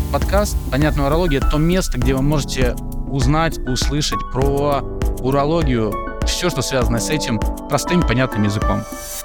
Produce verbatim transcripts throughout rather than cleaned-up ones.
Подкаст «Понятная урология» — это то место, где вы можете узнать, услышать про урологию, все, что связано с этим, простым, понятным языком.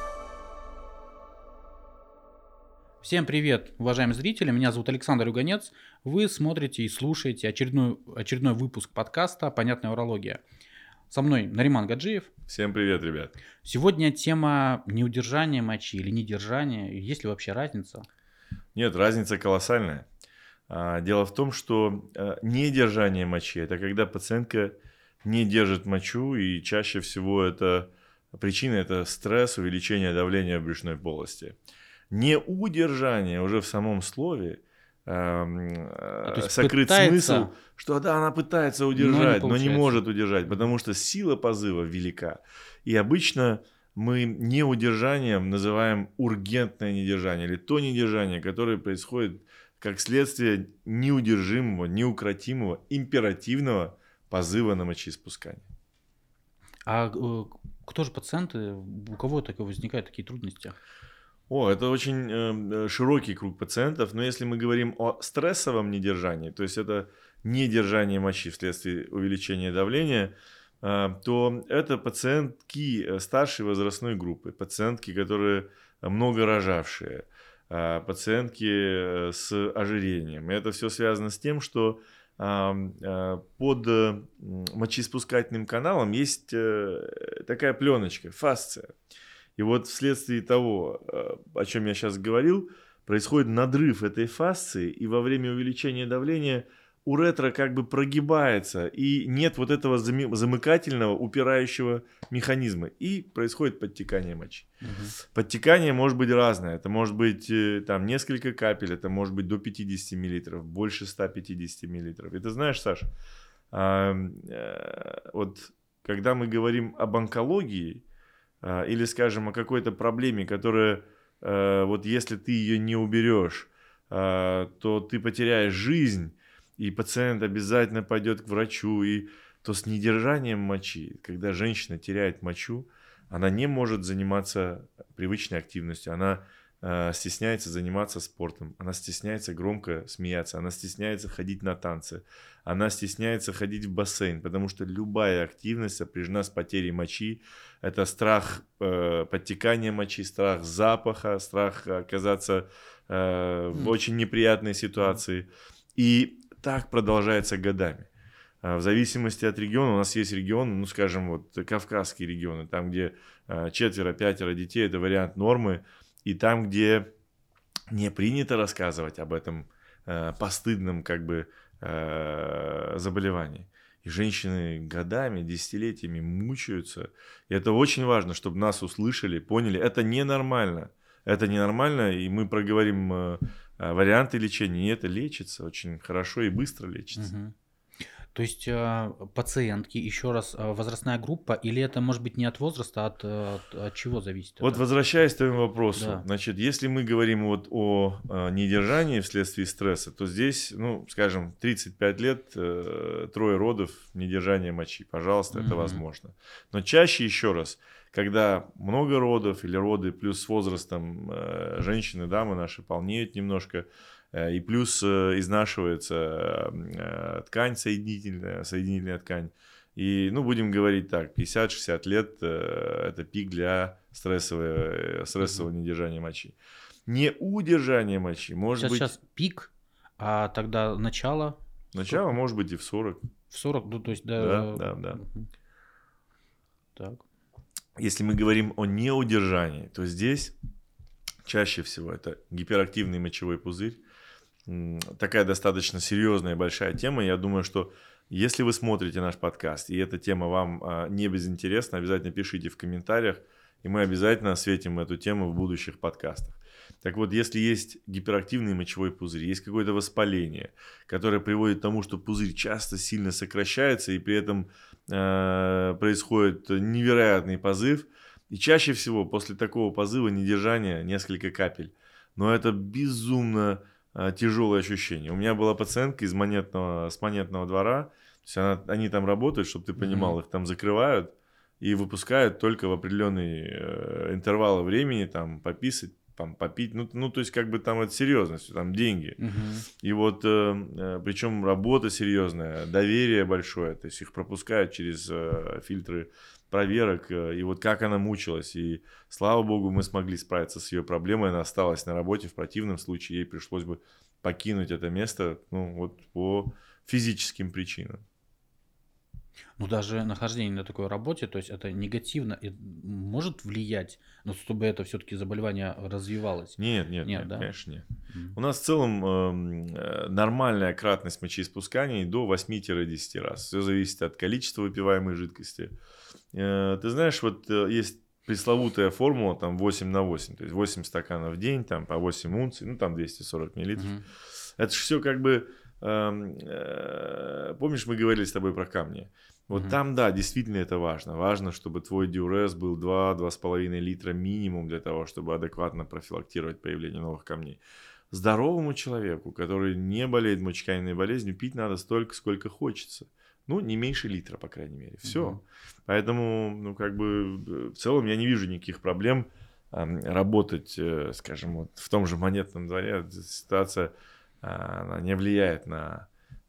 Всем привет, уважаемые зрители, меня зовут Александр Юганец. Вы смотрите и слушаете очередной, очередной выпуск подкаста «Понятная урология». Со мной Нариман Гаджиев. Всем привет, ребят. Сегодня тема неудержания мочи или недержания. Есть ли вообще разница? Нет, разница колоссальная. Дело в том, что недержание мочи – это когда пациентка не держит мочу, и чаще всего это причина – это стресс, увеличение давления в брюшной полости. Неудержание уже в самом слове э, сокрыт пытается... смысл, что да, она пытается удержать, но не, но не может удержать, потому что сила позыва велика. И обычно мы неудержанием называем ургентное недержание, или то недержание, которое происходит как следствие неудержимого, неукротимого, императивного позыва на мочеиспускание. А кто же пациенты, у кого такое возникают такие трудности? О, это очень э, широкий круг пациентов, но если мы говорим о стрессовом недержании, то есть это недержание мочи вследствие увеличения давления, э, то это пациентки старшей возрастной группы, пациентки, которые много рожавшие, э, пациентки с ожирением. И это все связано с тем, что э, э, под мочеиспускательным каналом есть э, такая пленочка, фасция. И вот вследствие того, о чем я сейчас говорил, происходит надрыв этой фасции, и во время увеличения давления уретра как бы прогибается, и нет вот этого замыкательного, упирающего механизма, и происходит подтекание мочи. Угу. Подтекание может быть разное, это может быть там несколько капель, это может быть до пятьдесят миллилитров, больше ста пятидесяти миллилитров. И ты знаешь, Саша, вот когда мы говорим об онкологии, или, скажем, о какой-то проблеме, которая, э, вот если ты ее не уберешь, э, то ты потеряешь жизнь, и пациент обязательно пойдет к врачу, и то с недержанием мочи, когда женщина теряет мочу, она не может заниматься привычной активностью, она э, стесняется заниматься спортом, она стесняется громко смеяться, она стесняется ходить на танцы, она стесняется ходить в бассейн, потому что любая активность сопряжена с потерей мочи. Это страх э, подтекания мочи, страх запаха, страх оказаться э, в очень неприятной ситуации. И так продолжается годами. В зависимости от региона, у нас есть регионы, ну скажем, вот кавказские регионы, там, где э, четверо-пятеро детей, это вариант нормы. И там, где не принято рассказывать об этом э, постыдном как бы э, заболевании. И женщины годами, десятилетиями мучаются. И это очень важно, чтобы нас услышали, поняли. Это ненормально. Это ненормально, и мы проговорим э, варианты лечения. И это лечится очень хорошо и быстро лечится. Угу. То есть э, пациентки, еще раз, э, возрастная группа, или это может быть не от возраста, а от, от, от чего зависит? Вот возвращаясь к твоему вопросу, да. Значит, если мы говорим вот о э, недержании вследствие стресса, то здесь, ну, скажем, тридцать пять лет, э, трое родов, недержание мочи, пожалуйста, mm-hmm. это возможно. Но чаще, еще раз, когда много родов или роды плюс с возрастом э, женщины, дамы наши полнеют немножко, и плюс изнашивается ткань соединительная, соединительная ткань. И, ну, будем говорить так, пятьдесят-шестьдесят лет – это пик для стрессового, стрессового mm-hmm. недержания мочи. Неудержание мочи может сейчас, быть… Сейчас пик, а тогда начало? Начало сколько? Может быть и в сорок. В сорок, ну, то есть… Да, да, да. да. Mm-hmm. Так. Если мы говорим о неудержании, то здесь чаще всего это гиперактивный мочевой пузырь. Такая достаточно серьезная и большая тема. Я думаю, что если вы смотрите наш подкаст, и эта тема вам а, не безинтересна, обязательно пишите в комментариях, и мы обязательно осветим эту тему в будущих подкастах. Так вот, если есть гиперактивный мочевой пузырь, есть какое-то воспаление, которое приводит к тому, что пузырь часто сильно сокращается, и при этом э, происходит невероятный позыв, и чаще всего после такого позыва недержания несколько капель. Но это безумно тяжелое ощущение. У меня была пациентка из монетного, с монетного двора. То есть она, они там работают, чтобы ты понимал, mm-hmm. их там закрывают и выпускают только в определенные э, интервалы времени, там пописать, там, попить. Ну, ну, то есть, как бы там это серьезно, всё, там деньги. Мгм. И вот, э, причем работа серьезная, доверие большое, то есть их пропускают через э, фильтры проверок, э, и вот как она мучилась, и слава богу, мы смогли справиться с ее проблемой, она осталась на работе, в противном случае ей пришлось бы покинуть это место, ну, вот по физическим причинам. Ну, даже нахождение на такой работе, то есть это негативно и может влиять, но чтобы это все-таки заболевание развивалось? Нет, нет, Нет, нет, да? конечно, нет. М. У нас в целом эм, э, нормальная кратность мочеиспусканий до восьми-десяти раз. Все зависит от количества выпиваемой жидкости. Э, Ты знаешь, вот э, есть пресловутая формула там восемь на восемь, то есть восемь стаканов в день, там по восемь унций, ну там двести сорок миллилитров. Мгм. Это же все как бы, эм, э, помнишь, мы говорили с тобой про камни? Вот Мгм. там, да, действительно это важно. Важно, чтобы твой диурез был два-два с половиной литра минимум для того, чтобы адекватно профилактировать появление новых камней. Здоровому человеку, который не болеет мочекаменной болезнью, пить надо столько, сколько хочется. Ну, не меньше литра, по крайней мере. Все. Мгм. Поэтому, ну, как бы, э, в целом я не вижу никаких проблем ам, работать, э, скажем, вот в том же монетном дворе. Ситуация, а, она не влияет на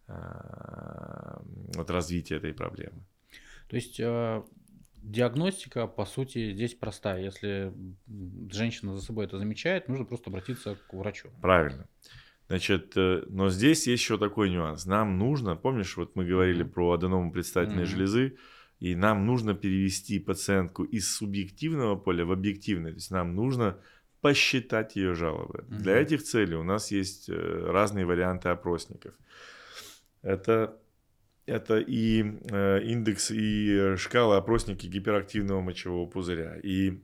а, вот развитие этой проблемы. То есть э, диагностика, по сути, здесь простая. Если м, женщина за собой это замечает, нужно просто обратиться к врачу. Правильно. Значит, э, но здесь есть еще такой нюанс. Нам нужно, помнишь, вот мы говорили Мгм. про аденому предстательной Мгм. железы, и нам нужно перевести пациентку из субъективного поля в объективное. То есть нам нужно посчитать ее жалобы. Мгм. Для этих целей у нас есть э, разные варианты опросников. Это, это и э, индекс, и э, шкала опросники гиперактивного мочевого пузыря, и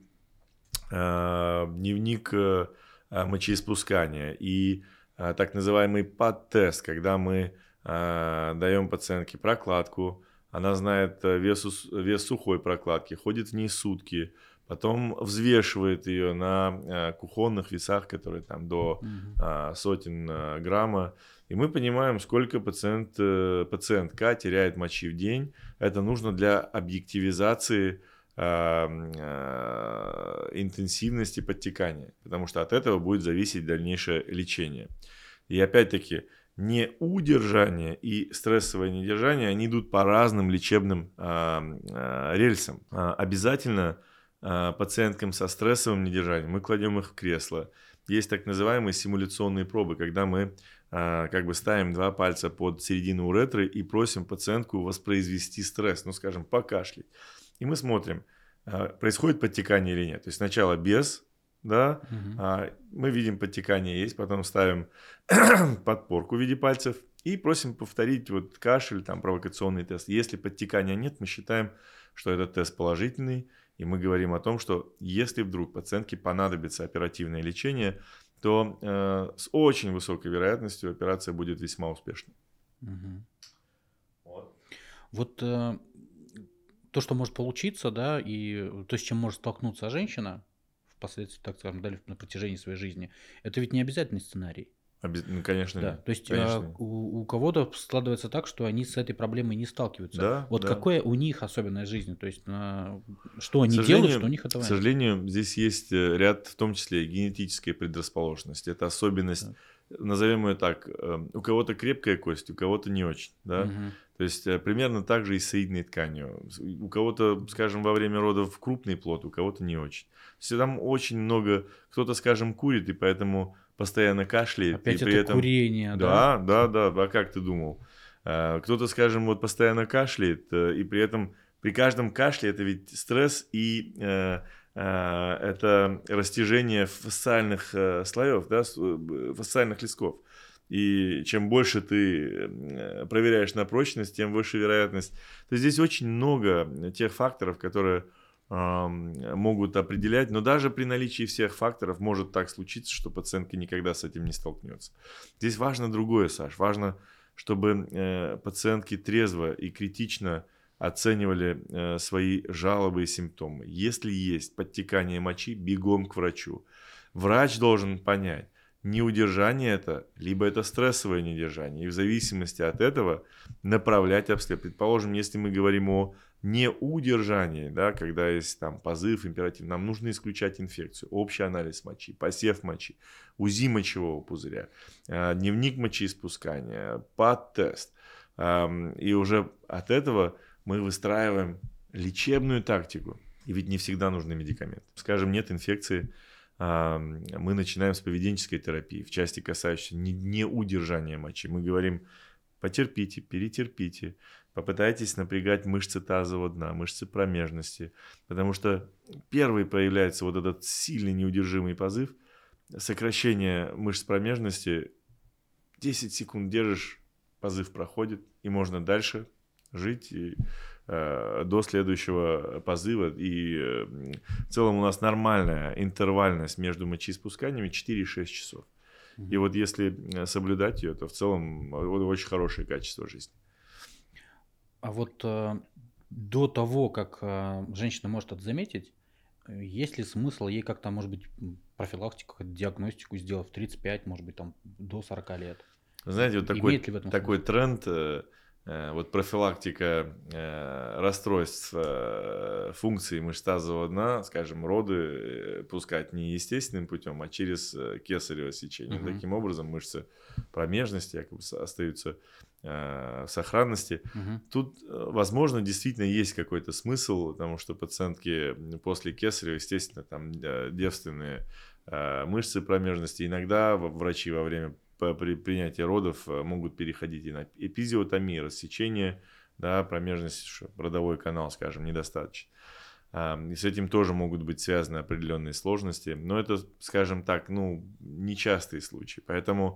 э, дневник э, э, мочеиспускания, и э, так называемый пад-тест, когда мы э, даем пациентке прокладку, она знает э, вес, ус- вес сухой прокладки, ходит в ней сутки, потом взвешивает ее на э, кухонных весах, которые там до Мгм. э, сотен э, грамма, и мы понимаем, сколько пациент, э, пациентка теряет мочи в день. Это нужно для объективизации э, э, интенсивности подтекания, потому что от этого будет зависеть дальнейшее лечение. И опять-таки, неудержание и стрессовое недержание, они идут по разным лечебным э, э, рельсам. Э, обязательно э, пациенткам со стрессовым недержанием мы кладем их в кресло. Есть так называемые симуляционные пробы, когда мы э, как бы ставим два пальца под середину уретры и просим пациентку воспроизвести стресс, ну, скажем, покашлять. И мы смотрим, э, происходит подтекание или нет. То есть сначала без, да, Мгм. а, мы видим подтекание есть, потом ставим подпорку в виде пальцев и просим повторить вот кашель, там провокационный тест. Если подтекания нет, мы считаем, что этот тест положительный, и мы говорим о том, что если вдруг пациентке понадобится оперативное лечение, то э, с очень высокой вероятностью операция будет весьма успешной. Мгм. Вот. Вот э, то, что может получиться, да, и то, с чем может столкнуться женщина впоследствии, так скажем, далее на протяжении своей жизни, это ведь не обязательный сценарий. Обяз- ну, конечно, Да, нет. то есть Конечно, а, нет. у, у кого-то складывается так, что они с этой проблемой не сталкиваются. Да, Вот да. какое у них особенная жизнь, то есть а, что К они делают, что у сожалению, них к этого нет. сожалению, здесь есть э, ряд, в том числе и генетической предрасположенности. Это особенность, Так. назовем ее так, э, у кого-то крепкая кость, у кого-то не очень. Да? Мгм. То есть э, примерно так же и с соединительной тканью. С- У кого-то, скажем, во время родов крупный плод, у кого-то не очень. То есть там очень много, кто-то, скажем, курит, и поэтому постоянно кашляет, и Опять при это этом... курение, Да, да? да, да, а как ты думал? А, Кто-то, скажем, вот постоянно кашляет, э, и при этом при каждом кашле это ведь стресс и э, э, это растяжение фасциальных э, слоев, да, с- э, фасциальных листков. И чем больше ты э, проверяешь на прочность, тем выше вероятность. То есть здесь очень много тех факторов, которые ам, могут определять, но даже при наличии всех факторов может так случиться, что пациентка никогда с этим не столкнется. Здесь важно другое, Саш, важно, чтобы э, пациентки трезво и критично оценивали э, свои жалобы и симптомы. Если есть подтекание мочи, бегом к врачу. Врач должен понять, неудержание это, либо это стрессовое недержание. И в зависимости от этого направлять обследование. Предположим, если мы говорим о неудержании, да, когда есть там позыв, императив, нам нужно исключать инфекцию, общий анализ мочи, посев мочи, УЗИ мочевого пузыря, дневник мочеиспускания, ПАД-тест. И уже от этого мы выстраиваем лечебную тактику. И ведь не всегда нужны медикаменты. Скажем, нет инфекции, мы начинаем с поведенческой терапии, в части, касающейся неудержания мочи. Мы говорим: потерпите, перетерпите, попытайтесь напрягать мышцы тазового дна, мышцы промежности, потому что первый проявляется вот этот сильный неудержимый позыв, сокращение мышц промежности, десять секунд держишь, позыв проходит, и можно дальше жить и, э, до следующего позыва. И э, в целом у нас нормальная интервальность между мочеиспусканиями четыре-шесть часов. Mm-hmm. И вот если соблюдать ее, то в целом очень хорошее качество жизни. А вот э, до того, как э, женщина может это заметить, есть ли смысл ей как-то, может быть, профилактику, диагностику сделать в тридцать пять, может быть, там, до сорока лет? Знаете, вот такой, такой тренд, э, э, вот профилактика э, расстройств э, функции мышц тазового дна, скажем, роды э, пускать не естественным путем, а через э, кесарево сечение. Uh-huh. Таким образом мышцы промежности якобы остаются э, в сохранности. Uh-huh. Тут, возможно, действительно есть какой-то смысл, потому что пациентки после кесарева, естественно, там э, девственные э, мышцы промежности. Иногда врачи во время при принятии родов могут переходить и на эпизиотомию, рассечение, да, промежности, родовой канал, скажем, недостаточно. И с этим тоже могут быть связаны определенные сложности, но это, скажем так, ну, нечастые случаи. Поэтому,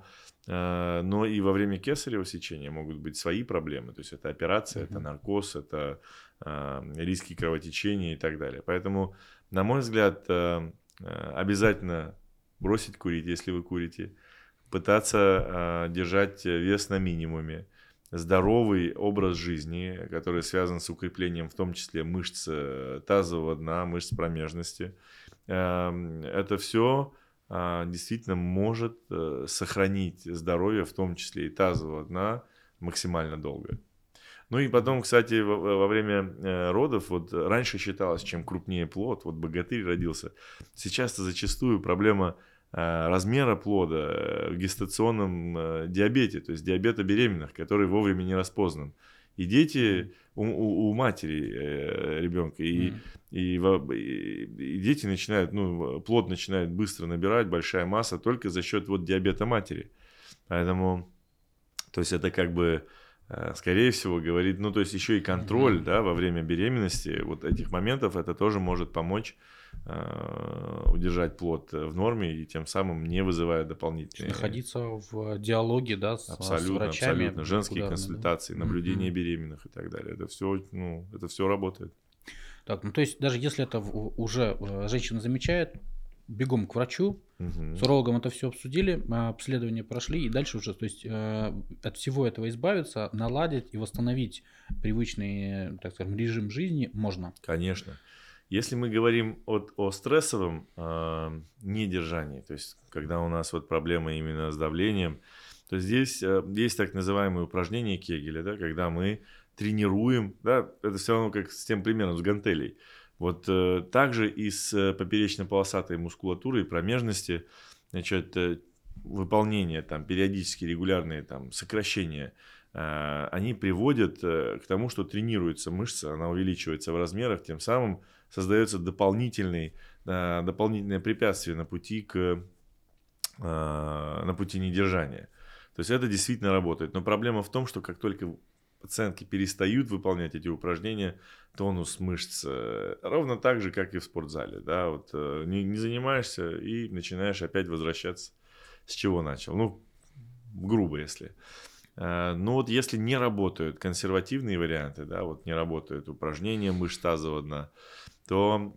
но и во время кесарево сечения могут быть свои проблемы, то есть это операция, mm-hmm. это наркоз, это риски кровотечения и так далее. Поэтому, на мой взгляд, обязательно бросить курить, если вы курите, пытаться э, держать вес на минимуме, здоровый образ жизни, который связан с укреплением в том числе мышц тазового дна, мышц промежности. Э, это все э, действительно может э, сохранить здоровье, в том числе и тазового дна, максимально долго. Ну и потом, кстати, во, во время э, родов, вот раньше считалось, чем крупнее плод, вот богатырь родился, сейчас-то зачастую проблема размера плода в гестационном диабете, то есть диабета беременных, который вовремя не распознан. И дети у, у, у матери ребенка, и, mm. и, и, и дети начинают, ну, плод начинает быстро набирать, большая масса, только за счет вот диабета матери. Поэтому, то есть это как бы, скорее всего, говорит, ну, то есть еще и контроль, mm-hmm. да, во время беременности, вот этих моментов, это тоже может помочь удержать плод в норме и тем самым не вызывая дополнительные... Находиться в диалоге, да, с, абсолютно, с врачами. Абсолютно. Женские консультации, да? Наблюдение mm-hmm. беременных и так далее. Это все, ну, это все работает. Так, ну то есть даже если это уже женщина замечает, бегом к врачу, угу. с урологом это все обсудили, обследования прошли, и дальше уже, то есть э, от всего этого избавиться, наладить и восстановить привычный, так скажем, режим жизни можно. Конечно. Если мы говорим от, о стрессовом э, недержании, то есть когда у нас вот проблемы именно с давлением, то здесь э, есть так называемые упражнения Кегеля, да, когда мы тренируем, да, это все равно как с тем примером с гантелей. Вот э, также и с поперечно-полосатой мускулатурой и промежности, значит, э, выполнение, там, периодически регулярные там, сокращения, э, они приводят э, к тому, что тренируется мышца, она увеличивается в размерах, тем самым создается дополнительный, э, дополнительное препятствие на пути, к, э, на пути недержания. То есть это действительно работает. Но проблема в том, что как только пациентки перестают выполнять эти упражнения, тонус мышц э, ровно так же, как и в спортзале. Да? Вот, э, не, не занимаешься и начинаешь опять возвращаться, с чего начал. Ну, грубо если. Э, но вот если не работают консервативные варианты, да, вот не работают упражнения мышц тазового дна, то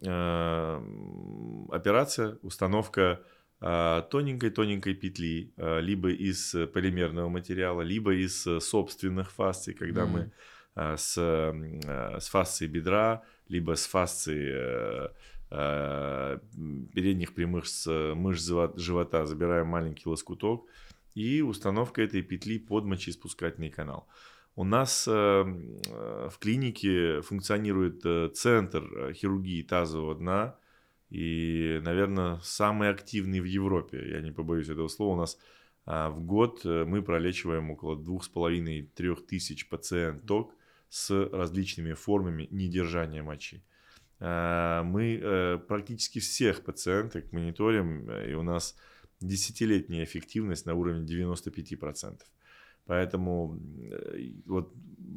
э, операция, установка тоненькой-тоненькой петли, либо из полимерного материала, либо из собственных фасций, когда mm. мы с, с фасцией бедра, либо с фасцией э, передних прямых с мышц живота, забираем маленький лоскуток, и установка этой петли под мочеиспускательный канал. У нас э, в клинике функционирует э, центр хирургии тазового дна, и, наверное, самый активный в Европе, я не побоюсь этого слова. У нас э, в год мы пролечиваем около двух с половиной — трёх тысяч пациенток с различными формами недержания мочи. Э, мы э, практически всех пациенток мониторим, и у нас десятилетняя эффективность на уровне девяносто пять процентов. Поэтому, вот,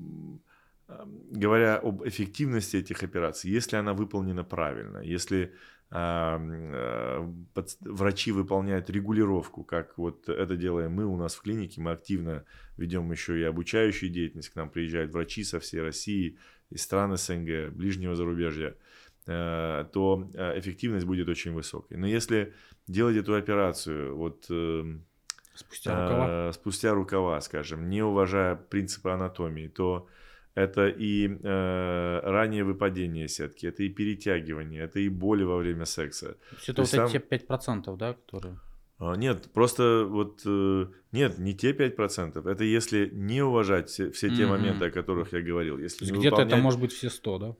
говоря об эффективности этих операций, если она выполнена правильно, если э, врачи выполняют регулировку, как вот это делаем мы у нас в клинике, мы активно ведем еще и обучающую деятельность, к нам приезжают врачи со всей России, из стран СНГ, ближнего зарубежья, э, то эффективность будет очень высокой. Но если делать эту операцию вот... Э, Спустя рукава. спустя рукава, скажем, не уважая принципы анатомии, то это и э, раннее выпадение сетки, это и перетягивание, это и боли во время секса. То есть это вот сам... эти пять процентов, да, которые... Нет, просто вот э, нет, не те пять процентов. Это если не уважать все, все те mm-hmm. моменты, о которых я говорил. Если То есть где-то выполнять... это может быть все сто, да?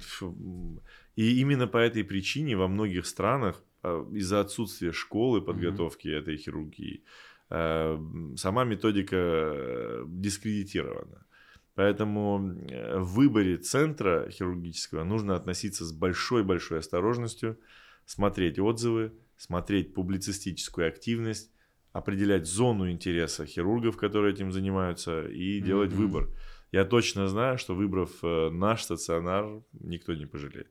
И именно по этой причине во многих странах из-за отсутствия школы подготовки mm-hmm. этой хирургии сама методика дискредитирована. Поэтому в выборе центра хирургического нужно относиться с большой-большой осторожностью, смотреть отзывы, смотреть публицистическую активность, определять зону интереса хирургов, которые этим занимаются, и делать mm-hmm. выбор. Я точно знаю, что, выбрав наш стационар, никто не пожалеет.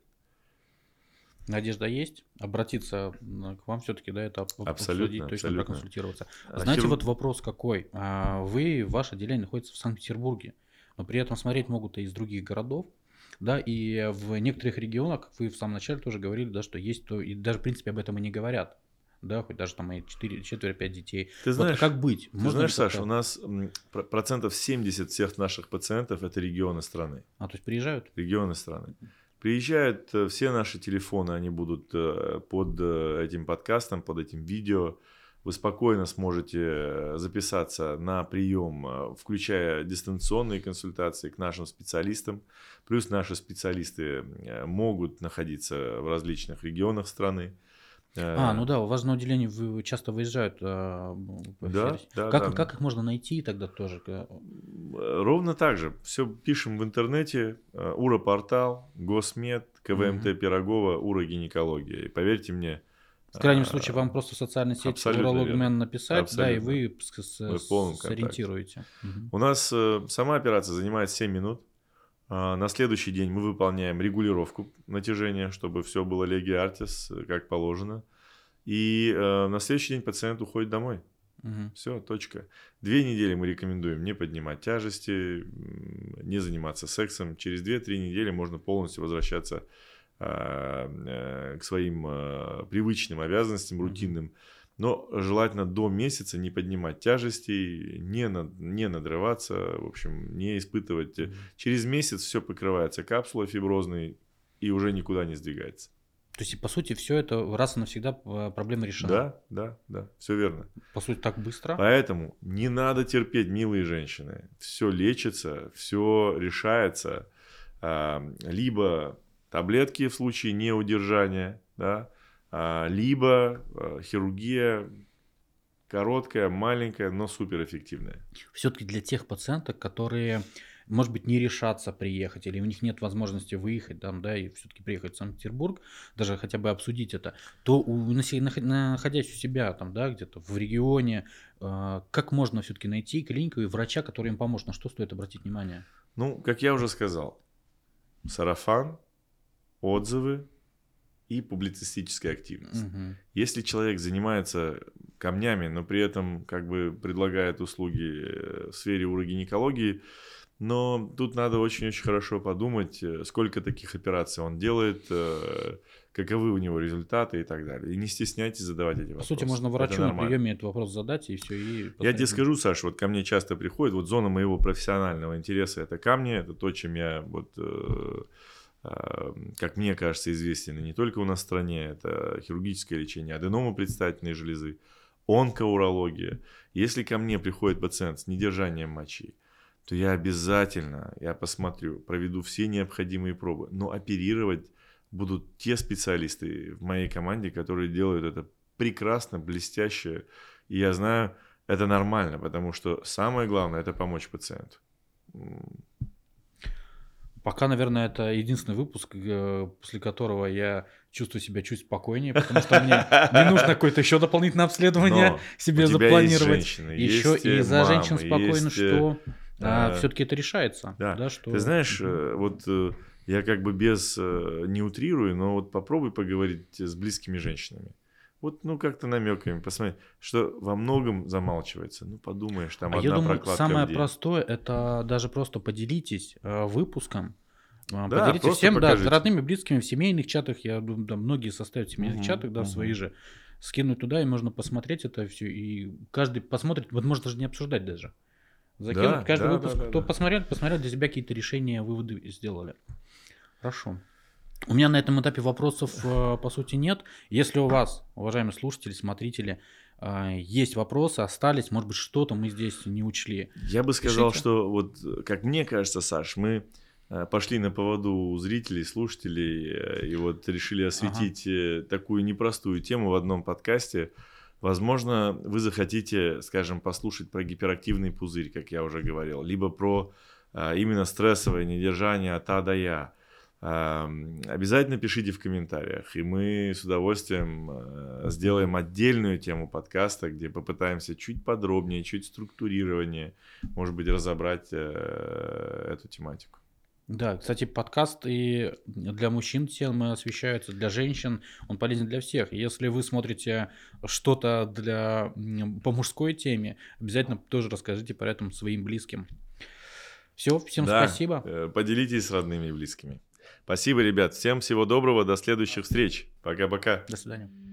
Надежда есть? Обратиться к вам все-таки, да, это абсолютно, обсудить, точно абсолютно. проконсультироваться. А Знаете, хирург... вот вопрос какой. Вы, ваше отделение находится в Санкт-Петербурге, но при этом смотреть могут и из других городов, да, и в некоторых регионах, как вы в самом начале тоже говорили, да, что есть, то и даже, в принципе, об этом и не говорят. Да, хоть даже там и четыре-пять детей. Ты знаешь, вот как быть? Ты Можно знаешь, Саша, у нас процентов семьдесят всех наших пациентов – это регионы страны. А, то есть приезжают? Регионы страны. Приезжают, все наши телефоны, они будут под этим подкастом, под этим видео. Вы спокойно сможете записаться на прием, включая дистанционные консультации к нашим специалистам. Плюс наши специалисты могут находиться в различных регионах страны. А, ну да, у вас на отделении часто выезжают. А, да, да, как, да. как их можно найти тогда тоже? Ровно так же. Все пишем в интернете. Ура-портал, Госмед, КВМТ угу. Пирогова, Урогинекология. И поверьте мне. В крайнем случае, вам просто в социальной сети Урологмен написать, абсолютно. Да, и вы с, с, сориентируете. Угу. У нас сама операция занимает семь минут. На следующий день мы выполняем регулировку натяжения, чтобы все было леги артис, как положено. И э, на следующий день пациент уходит домой. Угу. Все, точка. Две недели мы рекомендуем не поднимать тяжести, не заниматься сексом. Через две-три недели можно полностью возвращаться э, э, к своим э, привычным обязанностям, рутинным. Угу. Но желательно до месяца не поднимать тяжести, не, над, не надрываться, в общем, не испытывать. Mm-hmm. Через месяц все покрывается капсулой фиброзной и уже никуда не сдвигается. То есть, по сути, все это раз и навсегда проблема решена? Да, да, да, все верно. По сути, так быстро? Поэтому не надо терпеть, милые женщины. Все лечится, все решается. Либо таблетки в случае неудержания, да, либо хирургия короткая, маленькая, но суперэффективная. Все-таки для тех пациенток, которые, может быть, не решатся приехать, или у них нет возможности выехать там, да, и все-таки приехать в Санкт-Петербург, даже хотя бы обсудить это, то у, находясь у себя там, да, где-то в регионе, как можно все-таки найти клинику и врача, который им поможет, на что стоит обратить внимание? Ну, как я уже сказал, сарафан, отзывы и публицистическая активность. Угу. Если человек занимается камнями, но при этом как бы предлагает услуги в сфере урогинекологии, но тут надо очень-очень хорошо подумать, сколько таких операций он делает, каковы у него результаты и так далее. И не стесняйтесь задавать эти вопросы. По сути, можно врачу на приеме этот вопрос задать, и все. И я тебе скажу, Саша, вот ко мне часто приходят, вот зона моего профессионального интереса – это камни, это то, чем я вот... как мне кажется, известен и не только у нас в стране, это хирургическое лечение аденомы предстательной железы, онкоурология. Если ко мне приходит пациент с недержанием мочи, то я обязательно, я посмотрю, проведу все необходимые пробы, но оперировать будут те специалисты в моей команде, которые делают это прекрасно, блестяще, и я знаю, это нормально, потому что самое главное – это помочь пациенту. Пока, наверное, это единственный выпуск, после которого я чувствую себя чуть спокойнее, потому что мне не нужно какое-то еще дополнительное обследование себе запланировать. Женщины, еще есть и за мамы, женщин спокойно, есть, что а, все-таки это решается. Да. Да, что... Ты знаешь, вот я как бы без, не утрирую, но вот попробуй поговорить с близкими женщинами. Вот, ну, как-то намеками посмотреть, что во многом замалчивается. Ну, подумаешь, там а одна я думаю, прокладка самое в день. простое, это даже просто поделитесь э, выпуском. Э, Да, поделитесь всем, да, покажите. с родными, близкими, в семейных чатах. Я думаю, да, многие составят в семейных Угу, чатах, да, угу. свои же. Скинуть туда, и можно посмотреть это все. И каждый посмотрит, вот можно даже не обсуждать даже. Закинуть Да, каждый да, выпуск. да, да, Кто да. посмотрел, посмотрел для себя какие-то решения, выводы сделали. Хорошо. У меня на этом этапе вопросов, по сути, нет. Если у вас, уважаемые слушатели, смотрители, есть вопросы, остались, может быть, что-то мы здесь не учли. Я бы сказал, Пишите. что вот, как мне кажется, Саш, мы пошли на поводу у зрителей, слушателей, и вот решили осветить ага. такую непростую тему в одном подкасте. Возможно, вы захотите, скажем, послушать про гиперактивный пузырь, как я уже говорил, либо про именно стрессовое недержание от А до Я. Обязательно пишите в комментариях, и мы с удовольствием сделаем отдельную тему подкаста, где попытаемся чуть подробнее, чуть структурированнее, может быть, разобрать эту тематику. Да, кстати, подкаст и для мужчин темы освещаются, для женщин он полезен для всех. Если вы смотрите что-то для, по мужской теме, обязательно тоже расскажите про это своим близким. Все, всем да, спасибо. Поделитесь с родными и близкими. Спасибо, ребят. Всем всего доброго. До следующих встреч. Пока-пока. До свидания.